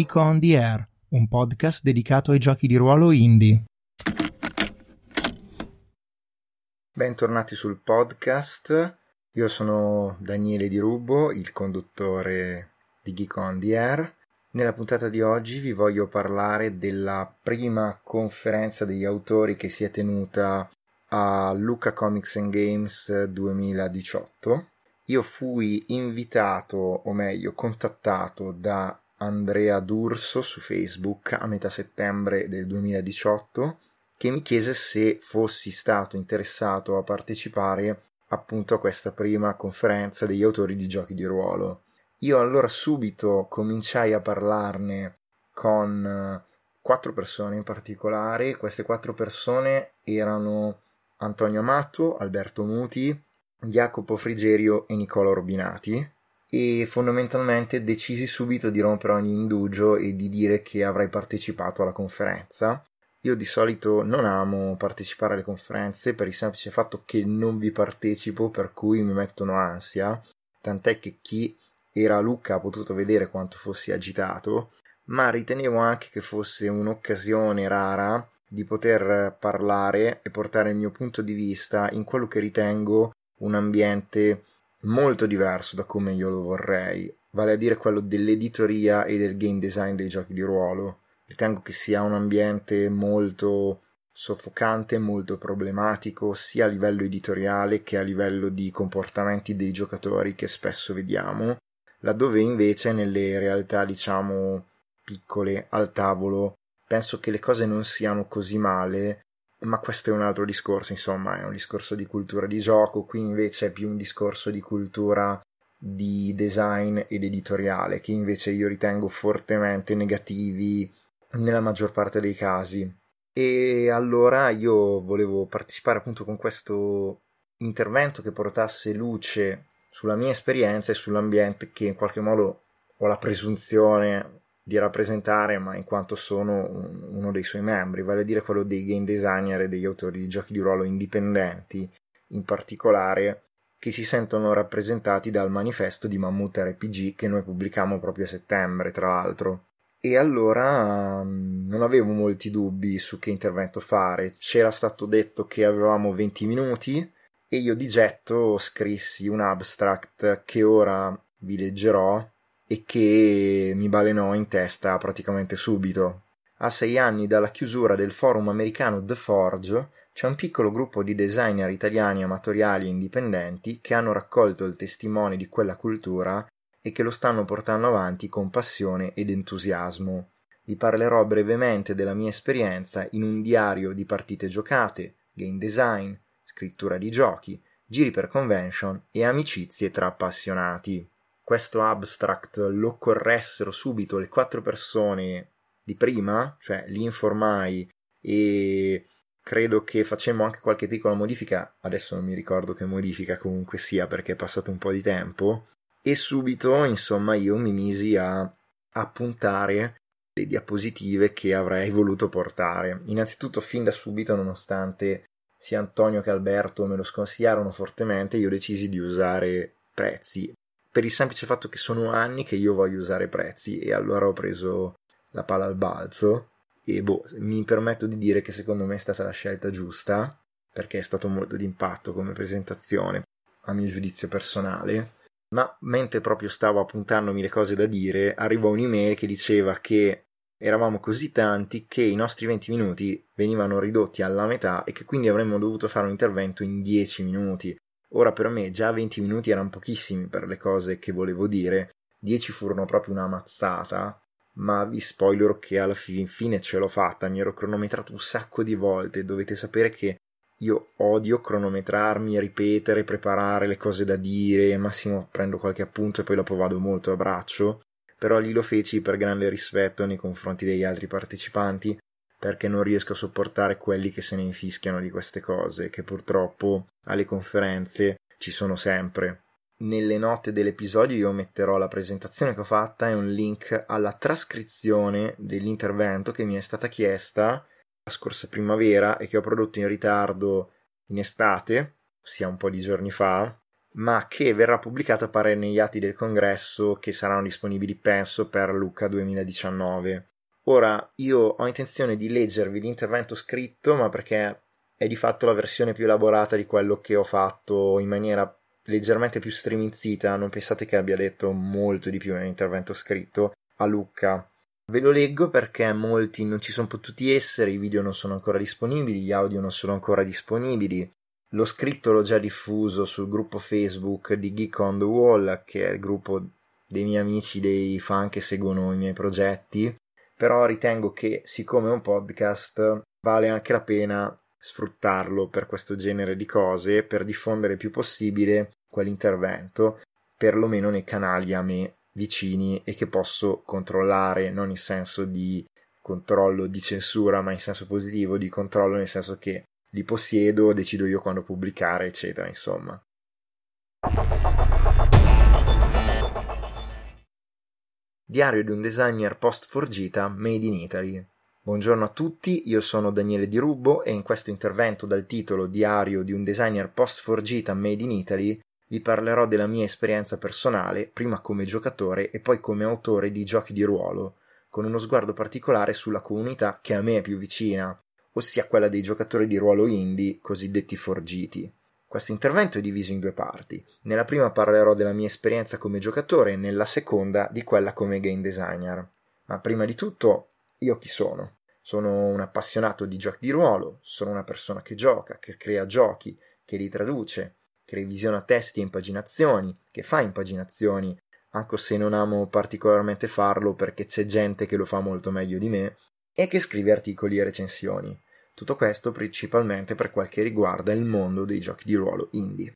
Geek on the Air, un podcast dedicato ai giochi di ruolo indie. Bentornati sul podcast, io sono Daniele Di Rubbo, il conduttore di Geek on the Air. Nella puntata di oggi vi voglio parlare della prima conferenza degli autori che si è tenuta a Lucca Comics and Games 2018. Io fui invitato, o meglio contattato da Andrea D'Urso su Facebook a metà settembre del 2018, che mi chiese se fossi stato interessato a partecipare appunto a questa prima conferenza degli autori di giochi di ruolo. Io allora subito cominciai a parlarne con 4 persone in particolare. Queste 4 persone erano Antonio Amato, Alberto Muti, Jacopo Frigerio e Nicola Robinati, e fondamentalmente decisi subito di rompere ogni indugio e di dire che avrei partecipato alla conferenza. Io di solito non amo partecipare alle conferenze per il semplice fatto che non vi partecipo, per cui mi mettono ansia, tant'è che chi era a Lucca ha potuto vedere quanto fossi agitato, ma ritenevo anche che fosse un'occasione rara di poter parlare e portare il mio punto di vista in quello che ritengo un ambiente molto diverso da come io lo vorrei, vale a dire quello dell'editoria e del game design dei giochi di ruolo. Ritengo che sia un ambiente molto soffocante, molto problematico, sia a livello editoriale che a livello di comportamenti dei giocatori che spesso vediamo, laddove invece nelle realtà, diciamo, piccole al tavolo, penso che le cose non siano così male, ma questo è un altro discorso, insomma, è un discorso di cultura di gioco. Qui invece è più un discorso di cultura di design ed editoriale, che invece io ritengo fortemente negativi nella maggior parte dei casi. E allora io volevo partecipare appunto con questo intervento che portasse luce sulla mia esperienza e sull'ambiente che in qualche modo ho la presunzione di rappresentare, ma in quanto sono uno dei suoi membri, vale a dire quello dei game designer e degli autori di giochi di ruolo indipendenti, in particolare, che si sentono rappresentati dal manifesto di Mammut RPG che noi pubblicamo proprio a settembre, tra l'altro. E allora non avevo molti dubbi su che intervento fare. C'era stato detto che avevamo 20 minuti e io di getto scrissi un abstract che ora vi leggerò e che mi balenò in testa praticamente subito. A 6 anni dalla chiusura del forum americano The Forge, c'è un piccolo gruppo di designer italiani amatoriali e indipendenti che hanno raccolto il testimone di quella cultura e che lo stanno portando avanti con passione ed entusiasmo. Vi parlerò brevemente della mia esperienza in un diario di partite giocate, game design, scrittura di giochi, giri per convention e amicizie tra appassionati. Questo abstract lo corressero subito le 4 persone di prima, cioè li informai e credo che facemmo anche qualche piccola modifica, adesso non mi ricordo che modifica comunque sia perché è passato un po' di tempo, e subito insomma io mi misi a appuntare le diapositive che avrei voluto portare. Innanzitutto fin da subito, nonostante sia Antonio che Alberto me lo sconsigliarono fortemente, io decisi di usare Prezzi, per il semplice fatto che sono anni che io voglio usare Prezzi, e allora ho preso la palla al balzo e mi permetto di dire che secondo me è stata la scelta giusta, perché è stato molto d'impatto come presentazione, a mio giudizio personale. Ma mentre proprio stavo appuntandomi le cose da dire, arrivò un'email che diceva che eravamo così tanti che i nostri 20 minuti venivano ridotti alla metà e che quindi avremmo dovuto fare un intervento in 10 minuti. Ora per me già 20 minuti erano pochissimi per le cose che volevo dire, 10 furono proprio una mazzata, ma vi spoilerò che alla fine ce l'ho fatta. Mi ero cronometrato un sacco di volte. Dovete sapere che io odio cronometrarmi, ripetere, preparare le cose da dire, massimo prendo qualche appunto e poi dopo vado molto a braccio, però lì lo feci per grande rispetto nei confronti degli altri partecipanti, perché non riesco a sopportare quelli che se ne infischiano di queste cose, che purtroppo alle conferenze ci sono sempre. Nelle note dell'episodio io metterò la presentazione che ho fatta e un link alla trascrizione dell'intervento che mi è stata chiesta la scorsa primavera e che ho prodotto in ritardo in estate, ossia un po' di giorni fa, ma che verrà pubblicata pare negli atti del congresso che saranno disponibili penso per Lucca 2019. Ora io ho intenzione di leggervi l'intervento scritto, ma perché è di fatto la versione più elaborata di quello che ho fatto in maniera leggermente più striminzita, non pensate che abbia detto molto di più nell'intervento scritto a Lucca. Ve lo leggo perché molti non ci sono potuti essere, i video non sono ancora disponibili, gli audio non sono ancora disponibili. Lo scritto l'ho già diffuso sul gruppo Facebook di Geek on the Wall, che è il gruppo dei miei amici, dei fan che seguono i miei progetti, però ritengo che, siccome è un podcast, vale anche la pena sfruttarlo per questo genere di cose, per diffondere il più possibile quell'intervento, perlomeno nei canali a me vicini e che posso controllare, non in senso di controllo di censura, ma in senso positivo di controllo, nel senso che li possiedo, decido io quando pubblicare, eccetera, insomma. Diario di un designer post-forgita made in Italy. Buongiorno a tutti, io sono Daniele Di Rubbo e in questo intervento dal titolo Diario di un designer post-forgita made in Italy vi parlerò della mia esperienza personale, prima come giocatore e poi come autore di giochi di ruolo, con uno sguardo particolare sulla comunità che a me è più vicina, ossia quella dei giocatori di ruolo indie, cosiddetti forgiti. Questo intervento è diviso in due parti. Nella prima parlerò della mia esperienza come giocatore e nella seconda di quella come game designer. Ma prima di tutto, io chi sono? Sono un appassionato di giochi di ruolo, sono una persona che gioca, che crea giochi, che li traduce, che revisiona testi e impaginazioni, che fa impaginazioni, anche se non amo particolarmente farlo perché c'è gente che lo fa molto meglio di me, e che scrive articoli e recensioni. Tutto questo principalmente per quel che riguarda il mondo dei giochi di ruolo indie.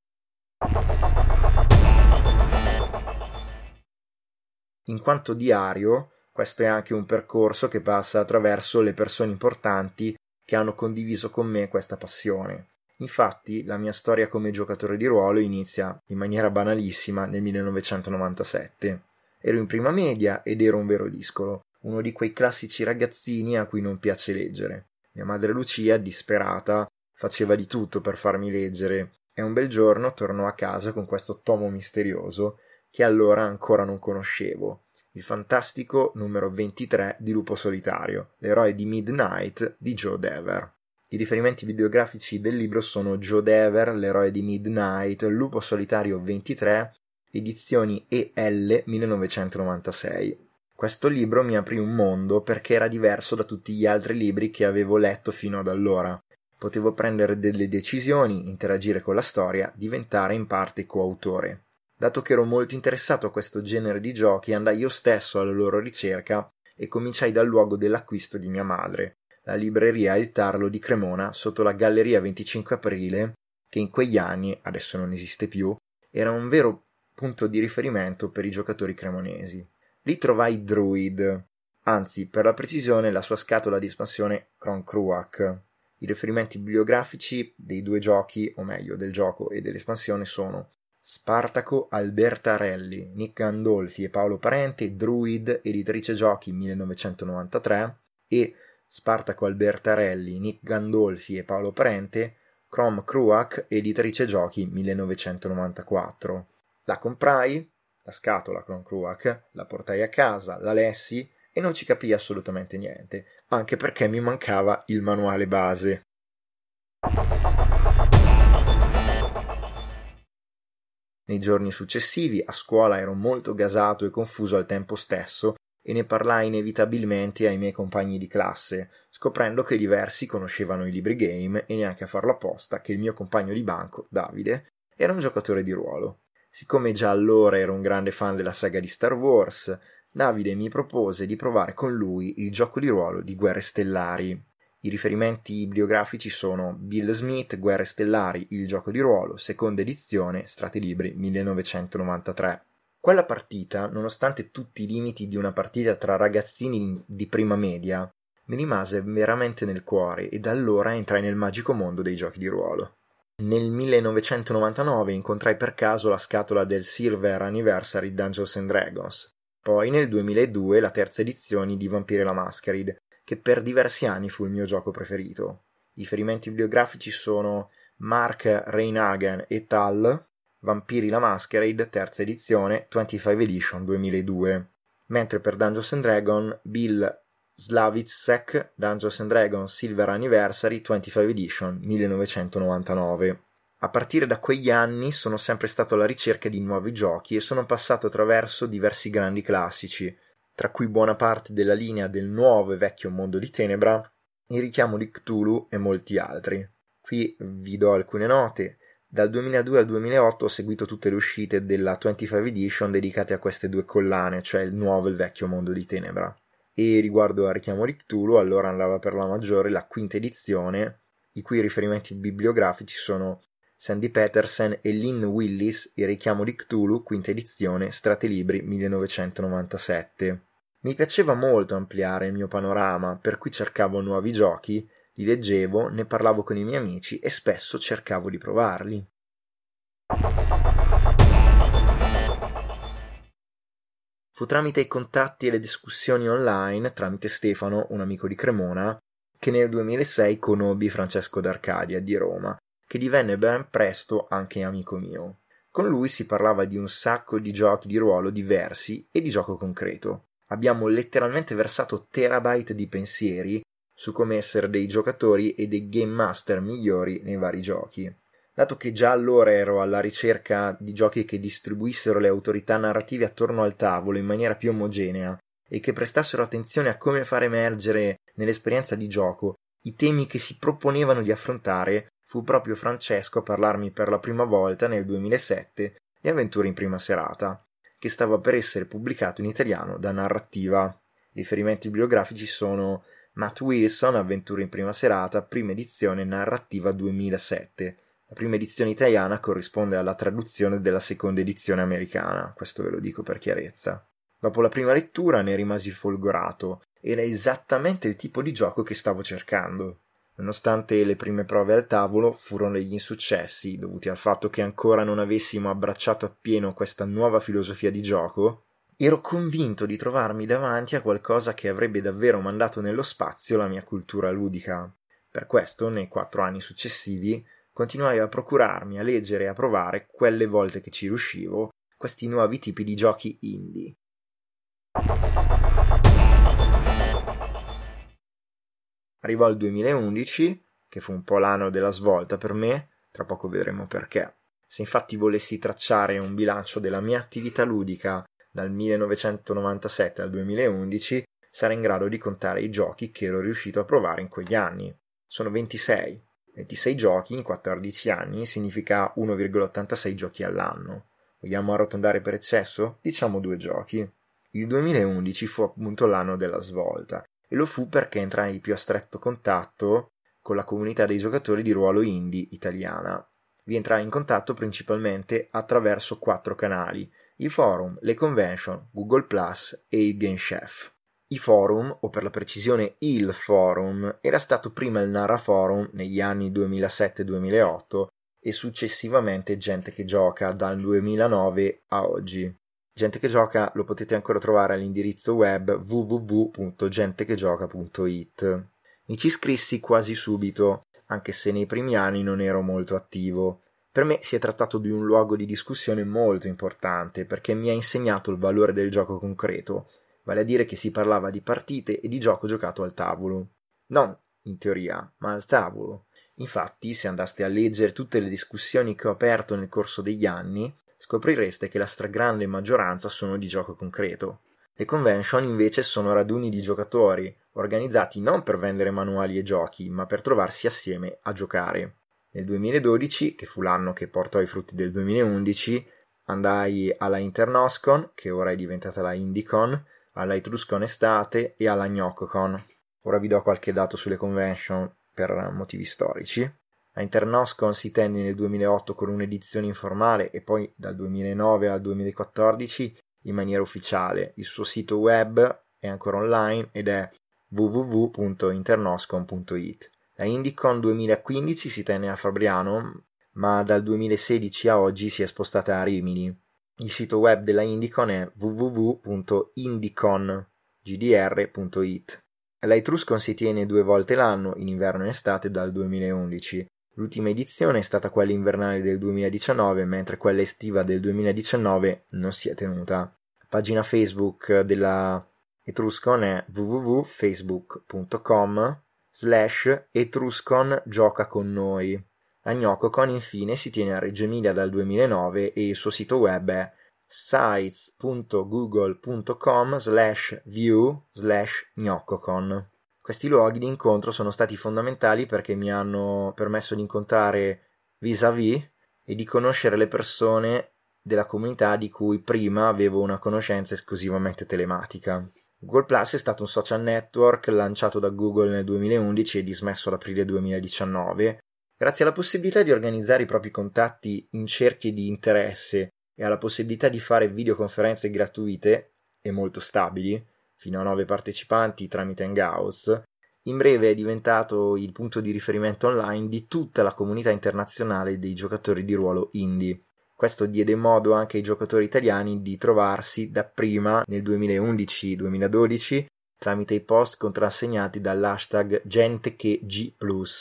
In quanto diario, questo è anche un percorso che passa attraverso le persone importanti che hanno condiviso con me questa passione. Infatti, la mia storia come giocatore di ruolo inizia in maniera banalissima nel 1997. Ero in prima media ed ero un vero discolo, uno di quei classici ragazzini a cui non piace leggere. Mia madre Lucia, disperata, faceva di tutto per farmi leggere e un bel giorno tornò a casa con questo tomo misterioso che allora ancora non conoscevo, il fantastico numero 23 di Lupo Solitario, l'eroe di Midnight di Joe Dever. I riferimenti bibliografici del libro sono Joe Dever, l'eroe di Midnight, Lupo Solitario 23, edizioni EL 1996. Questo libro mi aprì un mondo perché era diverso da tutti gli altri libri che avevo letto fino ad allora. Potevo prendere delle decisioni, interagire con la storia, diventare in parte coautore. Dato che ero molto interessato a questo genere di giochi, andai io stesso alla loro ricerca e cominciai dal luogo dell'acquisto di mia madre, la libreria Il Tarlo di Cremona sotto la Galleria 25 Aprile, che in quegli anni, adesso non esiste più, era un vero punto di riferimento per i giocatori cremonesi. Lì trovai Druid, anzi, per la precisione, la sua scatola di espansione Cron Cruach. I riferimenti bibliografici dei due giochi, o meglio, del gioco e dell'espansione sono Spartaco Albertarelli, Nick Gandolfi e Paolo Parente, Druid, editrice giochi 1993, e Spartaco Albertarelli, Nick Gandolfi e Paolo Parente, Cron Cruach, editrice giochi 1994. La comprai, la scatola Cron Cruach, la portai a casa, la lessi e non ci capii assolutamente niente, anche perché mi mancava il manuale base. Nei giorni successivi a scuola ero molto gasato e confuso al tempo stesso e ne parlai inevitabilmente ai miei compagni di classe, scoprendo che diversi conoscevano i libri game e neanche a farlo apposta che il mio compagno di banco, Davide, era un giocatore di ruolo. Siccome già allora ero un grande fan della saga di Star Wars, Davide mi propose di provare con lui il gioco di ruolo di Guerre Stellari. I riferimenti bibliografici sono Bill Smith, Guerre Stellari, il gioco di ruolo, seconda edizione, Strati-Libri 1993. Quella partita, nonostante tutti i limiti di una partita tra ragazzini di prima media, mi rimase veramente nel cuore e da allora entrai nel magico mondo dei giochi di ruolo. Nel 1999 incontrai per caso la scatola del Silver Anniversary Dungeons & Dragons, poi nel 2002 la terza edizione di Vampire la Masquerade, che per diversi anni fu il mio gioco preferito. I riferimenti bibliografici sono Mark Reinhagen et al., Vampiri la Masquerade, terza edizione, 25 Edition 2002. Mentre per Dungeons & Dragons, Bill Slavicsek, Dungeons & Dragons Silver Anniversary 25 Edition 1999. A partire da quegli anni sono sempre stato alla ricerca di nuovi giochi e sono passato attraverso diversi grandi classici, tra cui buona parte della linea del nuovo e vecchio mondo di Tenebra, il richiamo di Cthulhu e molti altri. Qui vi do alcune note. Dal 2002 al 2008 ho seguito tutte le uscite della 25 Edition dedicate a queste due collane, cioè il nuovo e il vecchio mondo di Tenebra. E riguardo al richiamo di Cthulhu, allora andava per la maggiore la quinta edizione, i cui riferimenti bibliografici sono Sandy Petersen e Lynn Willis, il richiamo di Cthulhu, quinta edizione, Stratelibri 1997. Mi piaceva molto ampliare il mio panorama, per cui cercavo nuovi giochi, li leggevo, ne parlavo con i miei amici e spesso cercavo di provarli. Fu tramite i contatti e le discussioni online, tramite Stefano, un amico di Cremona, che nel 2006 conobbi Francesco d'Arcadia di Roma, che divenne ben presto anche amico mio. Con lui si parlava di un sacco di giochi di ruolo diversi e di gioco concreto. Abbiamo letteralmente versato terabyte di pensieri su come essere dei giocatori e dei game master migliori nei vari giochi. Dato che già allora ero alla ricerca di giochi che distribuissero le autorità narrative attorno al tavolo in maniera più omogenea e che prestassero attenzione a come far emergere nell'esperienza di gioco i temi che si proponevano di affrontare, fu proprio Francesco a parlarmi per la prima volta nel 2007 di Avventure in prima serata, che stava per essere pubblicato in italiano da Narrativa. I riferimenti bibliografici sono Matt Wilson, Avventure in prima serata, prima edizione Narrativa 2007. La prima edizione italiana corrisponde alla traduzione della seconda edizione americana, questo ve lo dico per chiarezza. Dopo la prima lettura ne rimasi folgorato, era esattamente il tipo di gioco che stavo cercando. Nonostante le prime prove al tavolo furono degli insuccessi, dovuti al fatto che ancora non avessimo abbracciato appieno questa nuova filosofia di gioco, ero convinto di trovarmi davanti a qualcosa che avrebbe davvero mandato nello spazio la mia cultura ludica. Per questo, nei 4 anni successivi, continuai a procurarmi, a leggere e a provare, quelle volte che ci riuscivo, questi nuovi tipi di giochi indie. Arrivò il 2011, che fu un po' l'anno della svolta per me, tra poco vedremo perché. Se infatti volessi tracciare un bilancio della mia attività ludica dal 1997 al 2011, sarei in grado di contare i giochi che ero riuscito a provare in quegli anni. Sono 26. 26 giochi in 14 anni significa 1,86 giochi all'anno. Vogliamo arrotondare per eccesso? Diciamo 2 giochi. Il 2011 fu appunto l'anno della svolta, e lo fu perché entrai in più a stretto contatto con la comunità dei giocatori di ruolo indie italiana. Vi entrai in contatto principalmente attraverso 4 canali: i forum, le convention, Google Plus e il Game Chef. I forum, o per la precisione il forum, era stato prima il Narra Forum negli anni 2007-2008 e successivamente Gente che Gioca dal 2009 a oggi. Gente che Gioca lo potete ancora trovare all'indirizzo web www.gentecheGioca.it. Mi ci iscrissi quasi subito, anche se nei primi anni non ero molto attivo. Per me si è trattato di un luogo di discussione molto importante perché mi ha insegnato il valore del gioco concreto, vale a dire che si parlava di partite e di gioco giocato al tavolo. Non in teoria, ma al tavolo. Infatti, se andaste a leggere tutte le discussioni che ho aperto nel corso degli anni, scoprireste che la stragrande maggioranza sono di gioco concreto. Le convention invece sono raduni di giocatori, organizzati non per vendere manuali e giochi, ma per trovarsi assieme a giocare. Nel 2012, che fu l'anno che portò i frutti del 2011, andai alla Internoscon, che ora è diventata la Indicon, alla Etruscon Estate e alla Gnoccocon. Ora vi do qualche dato sulle convention per motivi storici. La Internoscon si tenne nel 2008 con un'edizione informale e poi dal 2009 al 2014 in maniera ufficiale. Il suo sito web è ancora online ed è www.internoscon.it. La Indicon 2015 si tenne a Fabriano, ma dal 2016 a oggi si è spostata a Rimini. Il sito web della Indicon è www.indicongdr.it. La Etruscon si tiene 2 volte l'anno, in inverno e in estate, dal 2011. L'ultima edizione è stata quella invernale del 2019, mentre quella estiva del 2019 non si è tenuta. La pagina Facebook della Etruscon è www.facebook.com/Etruscon gioca con noi. La Gnococon infine si tiene a Reggio Emilia dal 2009 e il suo sito web è sites.google.com/view/Gnococon. Questi luoghi di incontro sono stati fondamentali perché mi hanno permesso di incontrare vis-à-vis e di conoscere le persone della comunità di cui prima avevo una conoscenza esclusivamente telematica. Google Plus è stato un social network lanciato da Google nel 2011 e dismesso ad aprile 2019, grazie alla possibilità di organizzare i propri contatti in cerchi di interesse e alla possibilità di fare videoconferenze gratuite e molto stabili, fino a 9 partecipanti tramite Hangouts. In breve è diventato il punto di riferimento online di tutta la comunità internazionale dei giocatori di ruolo indie. Questo diede modo anche ai giocatori italiani di trovarsi dapprima nel 2011-2012 tramite i post contrassegnati dall'hashtag GenteCheG+,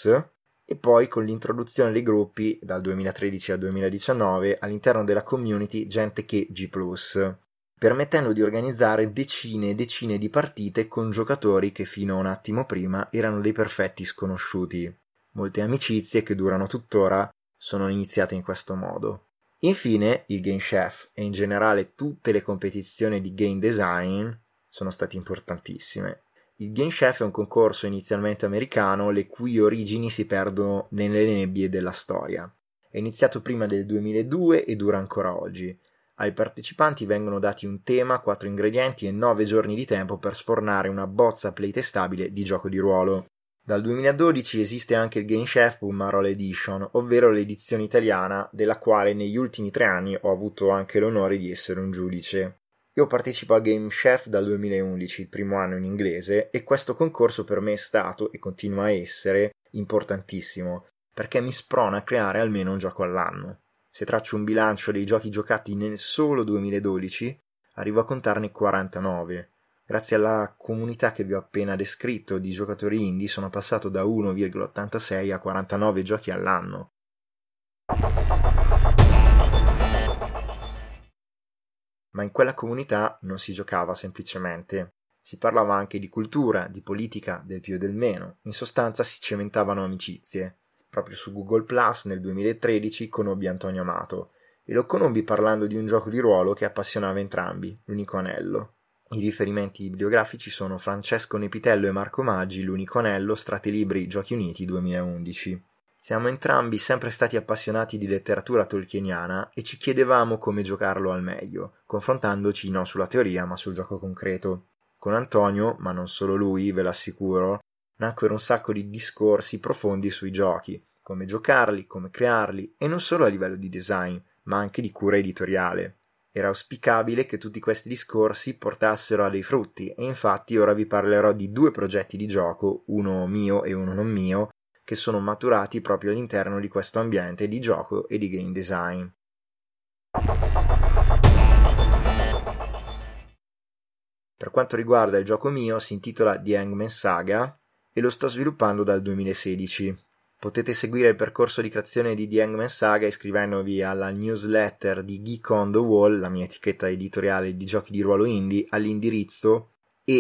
e poi con l'introduzione dei gruppi dal 2013 al 2019 all'interno della community GenteCheG+, permettendo di organizzare decine e decine di partite con giocatori che fino a un attimo prima erano dei perfetti sconosciuti. Molte amicizie che durano tuttora sono iniziate in questo modo. Infine, il Game Chef e in generale tutte le competizioni di game design sono state importantissime. Il Game Chef è un concorso inizialmente americano, le cui origini si perdono nelle nebbie della storia. È iniziato prima del 2002 e dura ancora oggi. Ai partecipanti vengono dati un tema, 4 ingredienti e 9 giorni di tempo per sfornare una bozza playtestabile di gioco di ruolo. Dal 2012 esiste anche il Game Chef Boomerol Edition, ovvero l'edizione italiana, della quale negli ultimi 3 anni ho avuto anche l'onore di essere un giudice. Io partecipo al Game Chef dal 2011, il primo anno in inglese, e questo concorso per me è stato, e continua a essere, importantissimo, perché mi sprona a creare almeno un gioco all'anno. Se traccio un bilancio dei giochi giocati nel solo 2012, arrivo a contarne 49. Grazie alla comunità che vi ho appena descritto di giocatori indie sono passato da 1,86 a 49 giochi all'anno. Ma in quella comunità non si giocava semplicemente, si parlava anche di cultura, di politica, del più e del meno, in sostanza si cementavano amicizie. Proprio su Google Plus nel 2013 conobbi Antonio Amato, e lo conobbi parlando di un gioco di ruolo che appassionava entrambi, L'Unico Anello. I riferimenti bibliografici sono Francesco Nepitello e Marco Maggi, L'Unico Anello, Strati Giochi Uniti 2011. Siamo entrambi sempre stati appassionati di letteratura tolkieniana e ci chiedevamo come giocarlo al meglio, confrontandoci non sulla teoria ma sul gioco concreto. Con Antonio, ma non solo lui, ve l'assicuro, nacquero un sacco di discorsi profondi sui giochi, come giocarli, come crearli, e non solo a livello di design, ma anche di cura editoriale. Era auspicabile che tutti questi discorsi portassero a dei frutti, e infatti ora vi parlerò di 2 progetti di gioco, uno mio e uno non mio, che sono maturati proprio all'interno di questo ambiente di gioco e di game design. Per quanto riguarda il gioco mio, si intitola The Hangman Saga e lo sto sviluppando dal 2016. Potete seguire il percorso di creazione di The Hangman Saga iscrivendovi alla newsletter di Geek on the Wall, la mia etichetta editoriale di giochi di ruolo indie, all'indirizzo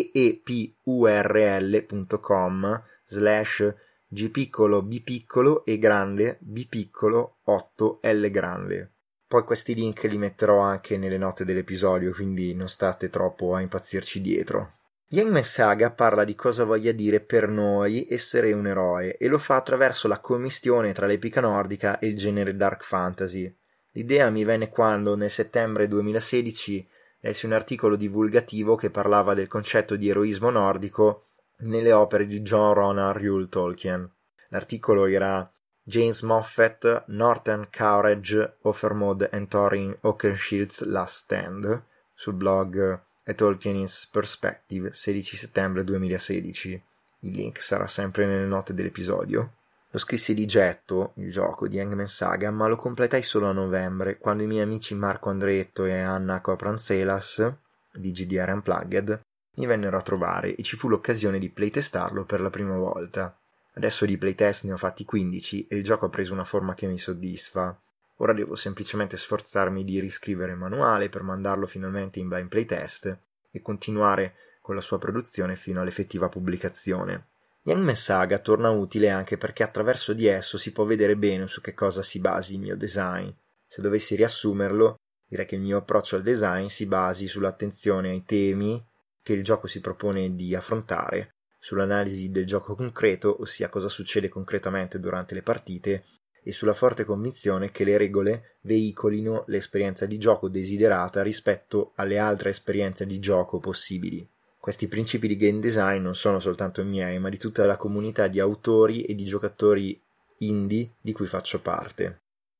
eepurl.com/G piccolo B piccolo e grande B piccolo 8 L grande. Poi questi link li metterò anche nelle note dell'episodio, quindi non state troppo a impazzirci dietro. The Hangman Saga parla di cosa voglia dire per noi essere un eroe e lo fa attraverso la commistione tra l'epica nordica e il genere dark fantasy. L'idea mi venne quando nel settembre 2016 lessi un articolo divulgativo che parlava del concetto di eroismo nordico nelle opere di John Ronan Reuel Tolkien. L'articolo era James Moffat, Northern Courage, Offermod and Thorin Oakenshield's Last Stand, sul blog A Tolkien's Perspective, 16 settembre 2016. Il link sarà sempre nelle note dell'episodio. Lo scrissi di getto, il gioco di Hangman Saga, ma lo completai solo a novembre, quando i miei amici Marco Andretto e Anna Copranzelas, di GDR Unplugged, mi vennero a trovare e ci fu l'occasione di playtestarlo per la prima volta. Adesso di playtest ne ho fatti 15 e il gioco ha preso una forma che mi soddisfa. Ora devo semplicemente sforzarmi di riscrivere il manuale per mandarlo finalmente in blind playtest e continuare con la sua produzione fino all'effettiva pubblicazione. Young Saga torna utile anche perché attraverso di esso si può vedere bene su che cosa si basi il mio design. Se dovessi riassumerlo, direi che il mio approccio al design si basi sull'attenzione ai temi che il gioco si propone di affrontare, sull'analisi del gioco concreto, ossia cosa succede concretamente durante le partite, e sulla forte convinzione che le regole veicolino l'esperienza di gioco desiderata rispetto alle altre esperienze di gioco possibili. Questi principi di game design non sono soltanto miei, ma di tutta la comunità di autori e di giocatori indie di cui faccio parte.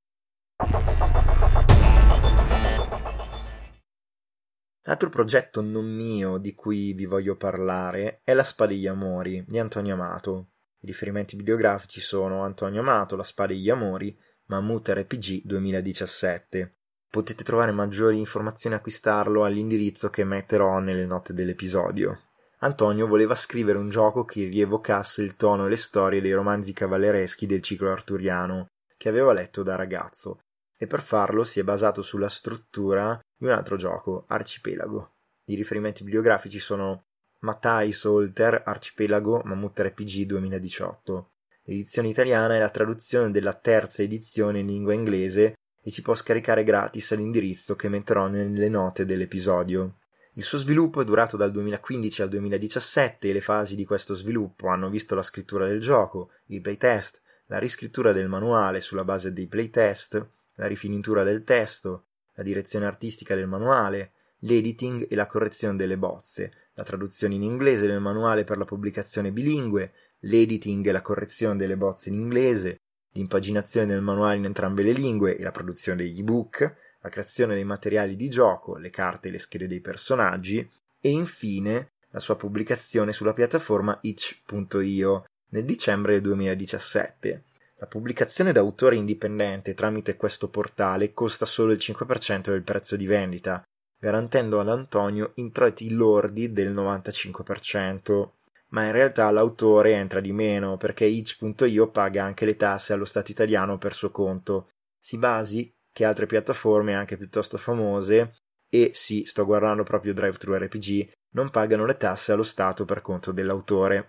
L'altro progetto non mio di cui vi voglio parlare è La spada degli amori di Antonio Amato. I riferimenti bibliografici sono Antonio Amato, La spada degli amori, Mammut RPG 2017. Potete trovare maggiori informazioni e acquistarlo all'indirizzo che metterò nelle note dell'episodio. Antonio voleva scrivere un gioco che rievocasse il tono e le storie dei romanzi cavallereschi del ciclo arturiano che aveva letto da ragazzo, e per farlo si è basato sulla struttura di un altro gioco, Arcipelago. I riferimenti bibliografici sono Matthijs Holter, Arcipelago, Mammut RPG 2018. L'edizione italiana è la traduzione della terza edizione in lingua inglese e si può scaricare gratis all'indirizzo che metterò nelle note dell'episodio. Il suo sviluppo è durato dal 2015 al 2017 e le fasi di questo sviluppo hanno visto la scrittura del gioco, il playtest, la riscrittura del manuale sulla base dei playtest, la rifinitura del testo, la direzione artistica del manuale, l'editing e la correzione delle bozze, la traduzione in inglese del manuale per la pubblicazione bilingue, l'editing e la correzione delle bozze in inglese, l'impaginazione del manuale in entrambe le lingue e la produzione degli ebook, la creazione dei materiali di gioco, le carte e le schede dei personaggi e infine la sua pubblicazione sulla piattaforma itch.io nel dicembre 2017. La pubblicazione da autore indipendente tramite questo portale costa solo il 5% del prezzo di vendita, garantendo ad Antonio introiti lordi del 95%, ma in realtà l'autore entra di meno perché itch.io paga anche le tasse allo Stato italiano per suo conto. Si basi che altre piattaforme anche piuttosto famose, e sì, sto guardando proprio DriveThruRPG, non pagano le tasse allo Stato per conto dell'autore.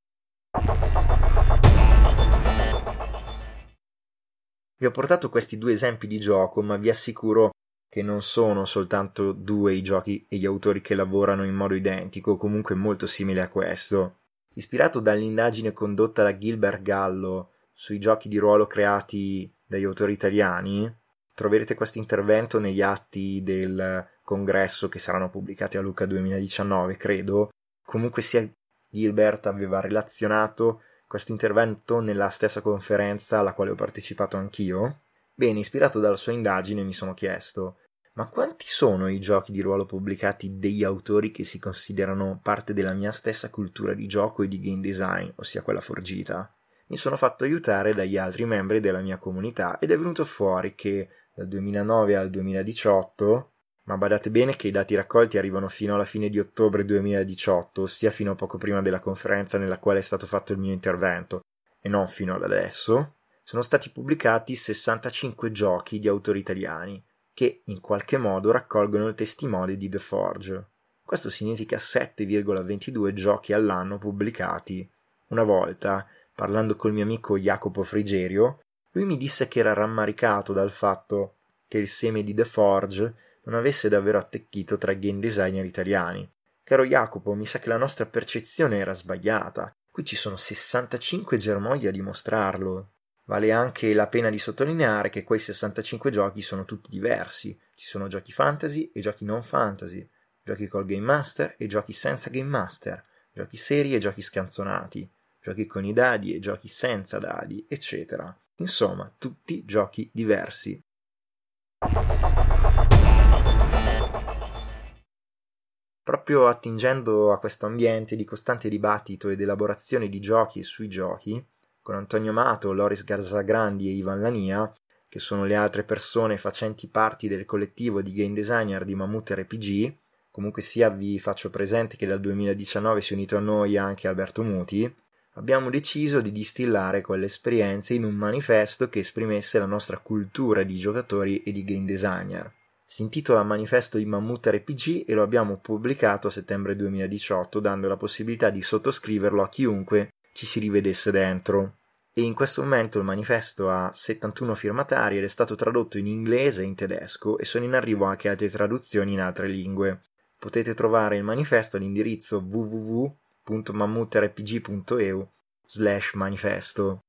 Vi ho portato questi due esempi di gioco, ma vi assicuro che non sono soltanto due i giochi e gli autori che lavorano in modo identico, comunque molto simile a questo. Ispirato dall'indagine condotta da Gilbert Gallo sui giochi di ruolo creati dagli autori italiani, troverete questo intervento negli atti del congresso che saranno pubblicati a Lucca 2019, credo. Comunque sia, Gilbert aveva relazionato questo intervento nella stessa conferenza alla quale ho partecipato anch'io. Bene, ispirato dalla sua indagine mi sono chiesto: ma quanti sono i giochi di ruolo pubblicati degli autori che si considerano parte della mia stessa cultura di gioco e di game design, ossia quella forgita? Mi sono fatto aiutare dagli altri membri della mia comunità ed è venuto fuori che dal 2009 al 2018, ma badate bene che i dati raccolti arrivano fino alla fine di ottobre 2018, ossia fino a poco prima della conferenza nella quale è stato fatto il mio intervento, e non fino ad adesso, sono stati pubblicati 65 giochi di autori italiani, che in qualche modo raccolgono il testimone di The Forge. Questo significa 7,22 giochi all'anno pubblicati. Una volta, parlando col mio amico Jacopo Frigerio, lui mi disse che era rammaricato dal fatto che il seme di The Forge non avesse davvero attecchito tra i game designer italiani. Caro Jacopo, mi sa che la nostra percezione era sbagliata. Qui ci sono 65 germogli a dimostrarlo. Vale anche la pena di sottolineare che quei 65 giochi sono tutti diversi. Ci sono giochi fantasy e giochi non fantasy, giochi col Game Master e giochi senza Game Master, giochi seri e giochi scanzonati, giochi con i dadi e giochi senza dadi, eccetera. Insomma, tutti giochi diversi. Proprio attingendo a questo ambiente di costante dibattito ed elaborazione di giochi e sui giochi, con Antonio Amato, Loris Garzagrandi e Ivan Lania, che sono le altre persone facenti parte del collettivo di game designer di Mammut RPG, comunque sia vi faccio presente che dal 2019 si è unito a noi anche Alberto Muti, abbiamo deciso di distillare quelle esperienze in un manifesto che esprimesse la nostra cultura di giocatori e di game designer. Si intitola Manifesto di Mammut RPG e lo abbiamo pubblicato a settembre 2018, dando la possibilità di sottoscriverlo a chiunque ci si rivedesse dentro. E in questo momento il manifesto ha 71 firmatari ed è stato tradotto in inglese e in tedesco e sono in arrivo anche altre traduzioni in altre lingue. Potete trovare il manifesto all'indirizzo www.mammutrpg.eu/manifesto.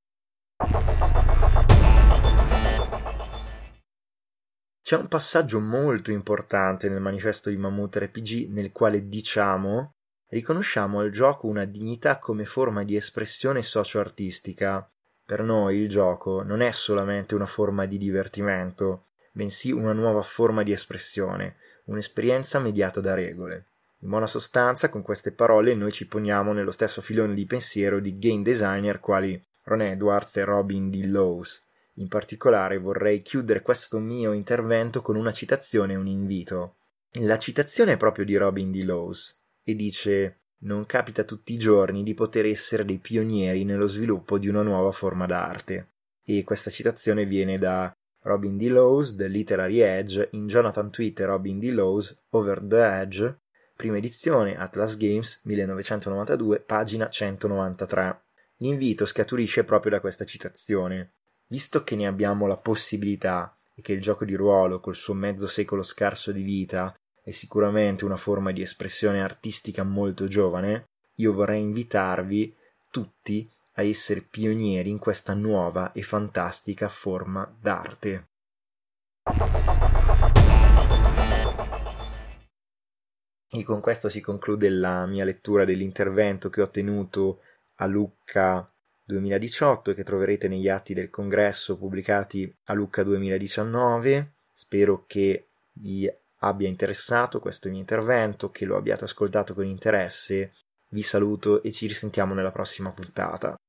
C'è un passaggio molto importante nel manifesto di Mammut RPG nel quale riconosciamo al gioco una dignità come forma di espressione socio-artistica. Per noi il gioco non è solamente una forma di divertimento, bensì una nuova forma di espressione, un'esperienza mediata da regole. In buona sostanza, con queste parole noi ci poniamo nello stesso filone di pensiero di game designer quali Ron Edwards e Robin D. Laws. In particolare vorrei chiudere questo mio intervento con una citazione e un invito. La citazione è proprio di Robin D. Laws e dice: «Non capita tutti i giorni di poter essere dei pionieri nello sviluppo di una nuova forma d'arte». E questa citazione viene da Robin D. Laws, The Literary Edge, in Jonathan Tweet e Robin D. Laws, Over the Edge, prima edizione, Atlas Games, 1992, pagina 193. L'invito scaturisce proprio da questa citazione. Visto che ne abbiamo la possibilità e che il gioco di ruolo, col suo mezzo secolo scarso di vita, è sicuramente una forma di espressione artistica molto giovane, io vorrei invitarvi tutti a essere pionieri in questa nuova e fantastica forma d'arte. E con questo si conclude la mia lettura dell'intervento che ho tenuto a Lucca 2018 e che troverete negli atti del congresso pubblicati a Lucca 2019. Spero che vi abbia interessato questo mio intervento, che lo abbiate ascoltato con interesse. Vi saluto e ci risentiamo nella prossima puntata.